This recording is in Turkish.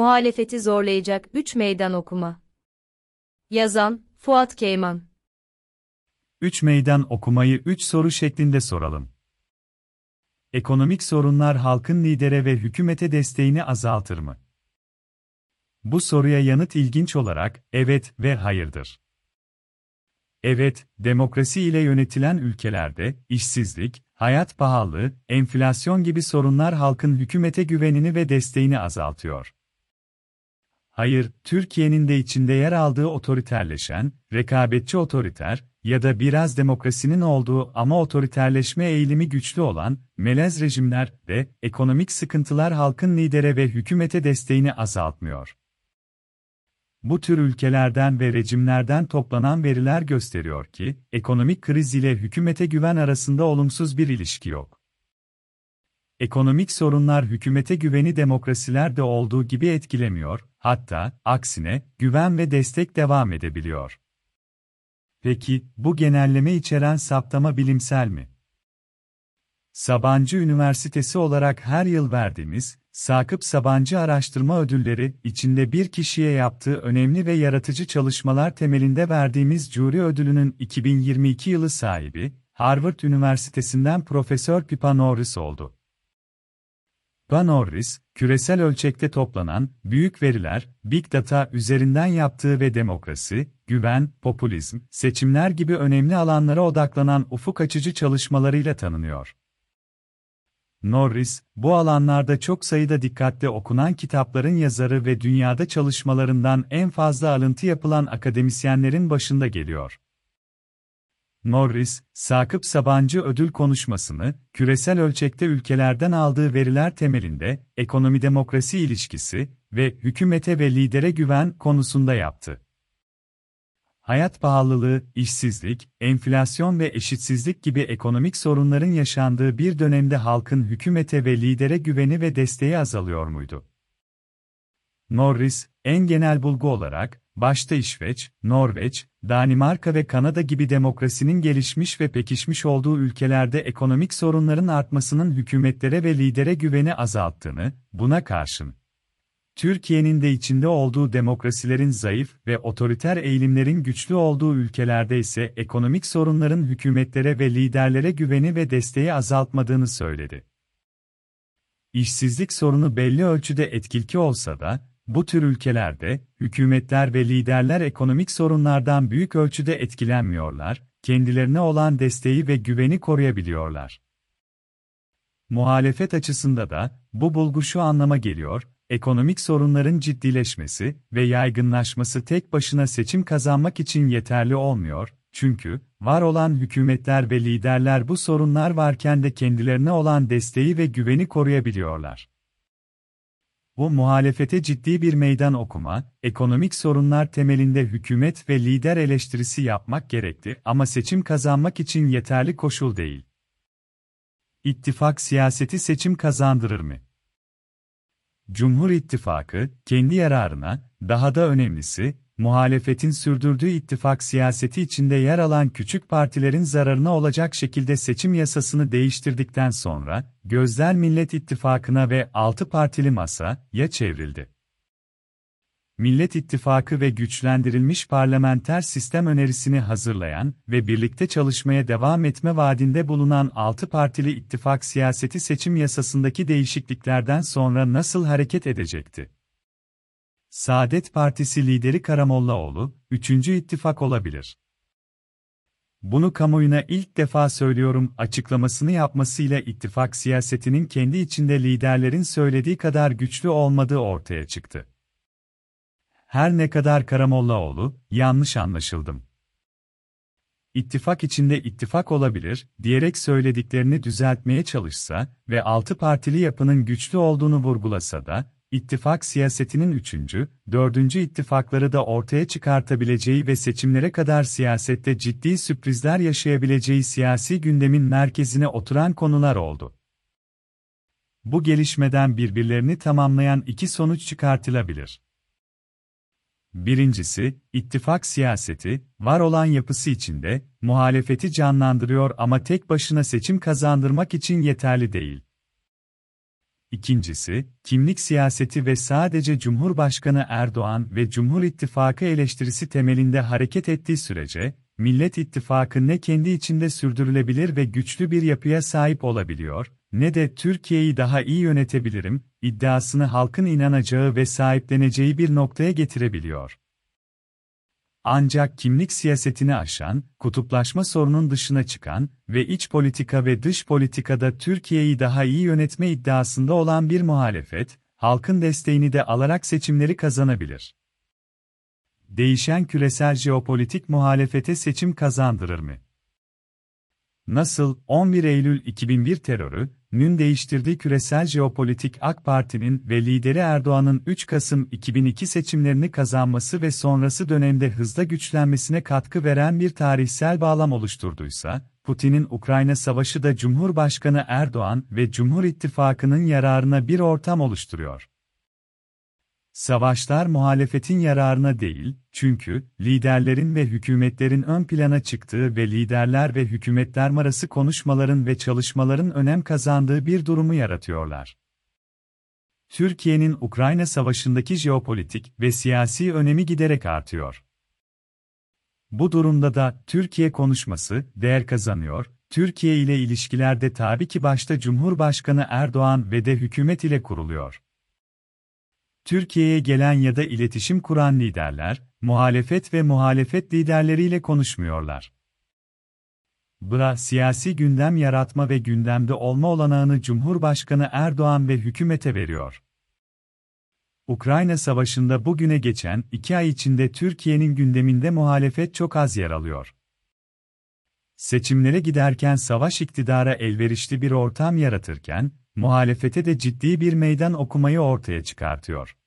Muhalefeti zorlayacak 3 meydan okuma. Yazan, Fuat Keyman. 3 meydan okumayı 3 soru şeklinde soralım. Ekonomik sorunlar halkın lidere ve hükümete desteğini azaltır mı? Bu soruya yanıt ilginç olarak, evet ve hayırdır. Evet, demokrasi ile yönetilen ülkelerde, işsizlik, hayat pahalılığı, enflasyon gibi sorunlar halkın hükümete güvenini ve desteğini azaltıyor. Hayır, Türkiye'nin de içinde yer aldığı otoriterleşen, rekabetçi otoriter ya da biraz demokrasinin olduğu ama otoriterleşme eğilimi güçlü olan, melez rejimler de ekonomik sıkıntılar halkın lidere ve hükümete desteğini azaltmıyor. Bu tür ülkelerden ve rejimlerden toplanan veriler gösteriyor ki, ekonomik kriz ile hükümete güven arasında olumsuz bir ilişki yok. Ekonomik sorunlar hükümete güveni demokrasilerde olduğu gibi etkilemiyor, hatta, aksine, güven ve destek devam edebiliyor. Peki, bu genelleme içeren saptama bilimsel mi? Sabancı Üniversitesi olarak her yıl verdiğimiz, Sakıp Sabancı Araştırma Ödülleri, içinde bir kişiye yaptığı önemli ve yaratıcı çalışmalar temelinde verdiğimiz jüri ödülünün 2022 yılı sahibi, Harvard Üniversitesi'nden Profesör Pippa Norris oldu. Pippa Norris, küresel ölçekte toplanan, büyük veriler, Big Data üzerinden yaptığı ve demokrasi, güven, popülizm, seçimler gibi önemli alanlara odaklanan ufuk açıcı çalışmalarıyla tanınıyor. Norris, bu alanlarda çok sayıda dikkatle okunan kitapların yazarı ve dünyada çalışmalarından en fazla alıntı yapılan akademisyenlerin başında geliyor. Norris, Sakıp Sabancı ödül konuşmasını, küresel ölçekte ülkelerden aldığı veriler temelinde, ekonomi-demokrasi ilişkisi ve hükümete ve lidere güven konusunda yaptı. Hayat pahalılığı, işsizlik, enflasyon ve eşitsizlik gibi ekonomik sorunların yaşandığı bir dönemde halkın hükümete ve lidere güveni ve desteği azalıyor muydu? Norris, en genel bulgu olarak, başta İsveç, Norveç, Danimarka ve Kanada gibi demokrasinin gelişmiş ve pekişmiş olduğu ülkelerde ekonomik sorunların artmasının hükümetlere ve lidere güveni azalttığını, buna karşın Türkiye'nin de içinde olduğu demokrasilerin zayıf ve otoriter eğilimlerin güçlü olduğu ülkelerde ise ekonomik sorunların hükümetlere ve liderlere güveni ve desteği azaltmadığını söyledi. İşsizlik sorunu belli ölçüde etkili olsa da, bu tür ülkelerde, hükümetler ve liderler ekonomik sorunlardan büyük ölçüde etkilenmiyorlar, kendilerine olan desteği ve güveni koruyabiliyorlar. Muhalefet açısında da, bu bulgu şu anlama geliyor, ekonomik sorunların ciddileşmesi ve yaygınlaşması tek başına seçim kazanmak için yeterli olmuyor, çünkü, var olan hükümetler ve liderler bu sorunlar varken de kendilerine olan desteği ve güveni koruyabiliyorlar. Bu muhalefete ciddi bir meydan okuma, ekonomik sorunlar temelinde hükümet ve lider eleştirisi yapmak gerekti ama seçim kazanmak için yeterli koşul değil. İttifak siyaseti seçim kazandırır mı? Cumhur İttifakı, kendi yararına, daha da önemlisi, muhalefetin sürdürdüğü ittifak siyaseti içinde yer alan küçük partilerin zararına olacak şekilde seçim yasasını değiştirdikten sonra, gözler Millet İttifakı'na ve 6 partili masaya çevrildi. Millet İttifakı ve güçlendirilmiş parlamenter sistem önerisini hazırlayan ve birlikte çalışmaya devam etme vaadinde bulunan 6 partili ittifak siyaseti seçim yasasındaki değişikliklerden sonra nasıl hareket edecekti? Saadet Partisi lideri Karamollaoğlu, 3. ittifak olabilir. Bunu kamuoyuna ilk defa söylüyorum açıklamasını yapmasıyla ittifak siyasetinin kendi içinde liderlerin söylediği kadar güçlü olmadığı ortaya çıktı. Her ne kadar Karamollaoğlu, yanlış anlaşıldım. İttifak içinde ittifak olabilir, diyerek söylediklerini düzeltmeye çalışsa ve 6 partili yapının güçlü olduğunu vurgulasa da, ittifak siyasetinin 3. 4. ittifakları da ortaya çıkartabileceği ve seçimlere kadar siyasette ciddi sürprizler yaşayabileceği siyasi gündemin merkezine oturan konular oldu. Bu gelişmeden birbirlerini tamamlayan iki sonuç çıkartılabilir. Birincisi, ittifak siyaseti, var olan yapısı içinde, muhalefeti canlandırıyor ama tek başına seçim kazandırmak için yeterli değil. İkincisi, kimlik siyaseti ve sadece Cumhurbaşkanı Erdoğan ve Cumhur İttifakı eleştirisi temelinde hareket ettiği sürece, Millet İttifakı ne kendi içinde sürdürülebilir ve güçlü bir yapıya sahip olabiliyor, ne de Türkiye'yi daha iyi yönetebilirim iddiasını halkın inanacağı ve sahipleneceği bir noktaya getirebiliyor. Ancak kimlik siyasetini aşan, kutuplaşma sorunun dışına çıkan ve iç politika ve dış politikada Türkiye'yi daha iyi yönetme iddiasında olan bir muhalefet, halkın desteğini de alarak seçimleri kazanabilir. Değişen küresel jeopolitik muhalefete seçim kazandırır mı? Nasıl 11 Eylül 2001 terörünün değiştirdiği küresel jeopolitik AK Parti'nin ve lideri Erdoğan'ın 3 Kasım 2002 seçimlerini kazanması ve sonrası dönemde hızla güçlenmesine katkı veren bir tarihsel bağlam oluşturduysa, Putin'in Ukrayna Savaşı da Cumhurbaşkanı Erdoğan ve Cumhur İttifakı'nın yararına bir ortam oluşturuyor. Savaşlar muhalefetin yararına değil, çünkü liderlerin ve hükümetlerin ön plana çıktığı ve liderler ve hükümetler arası konuşmaların ve çalışmaların önem kazandığı bir durumu yaratıyorlar. Türkiye'nin Ukrayna Savaşı'ndaki jeopolitik ve siyasi önemi giderek artıyor. Bu durumda da Türkiye konuşması değer kazanıyor. Türkiye ile ilişkilerde tabii ki başta Cumhurbaşkanı Erdoğan ve de hükümet ile kuruluyor. Türkiye'ye gelen ya da iletişim kuran liderler, muhalefet ve muhalefet liderleriyle konuşmuyorlar. Siyasi gündem yaratma ve gündemde olma olanağını Cumhurbaşkanı Erdoğan ve hükümete veriyor. Ukrayna Savaşı'nda bugüne geçen 2 ay içinde Türkiye'nin gündeminde muhalefet çok az yer alıyor. Seçimlere giderken savaş iktidara elverişli bir ortam yaratırken, muhalefete de ciddi bir meydan okumayı ortaya çıkartıyor.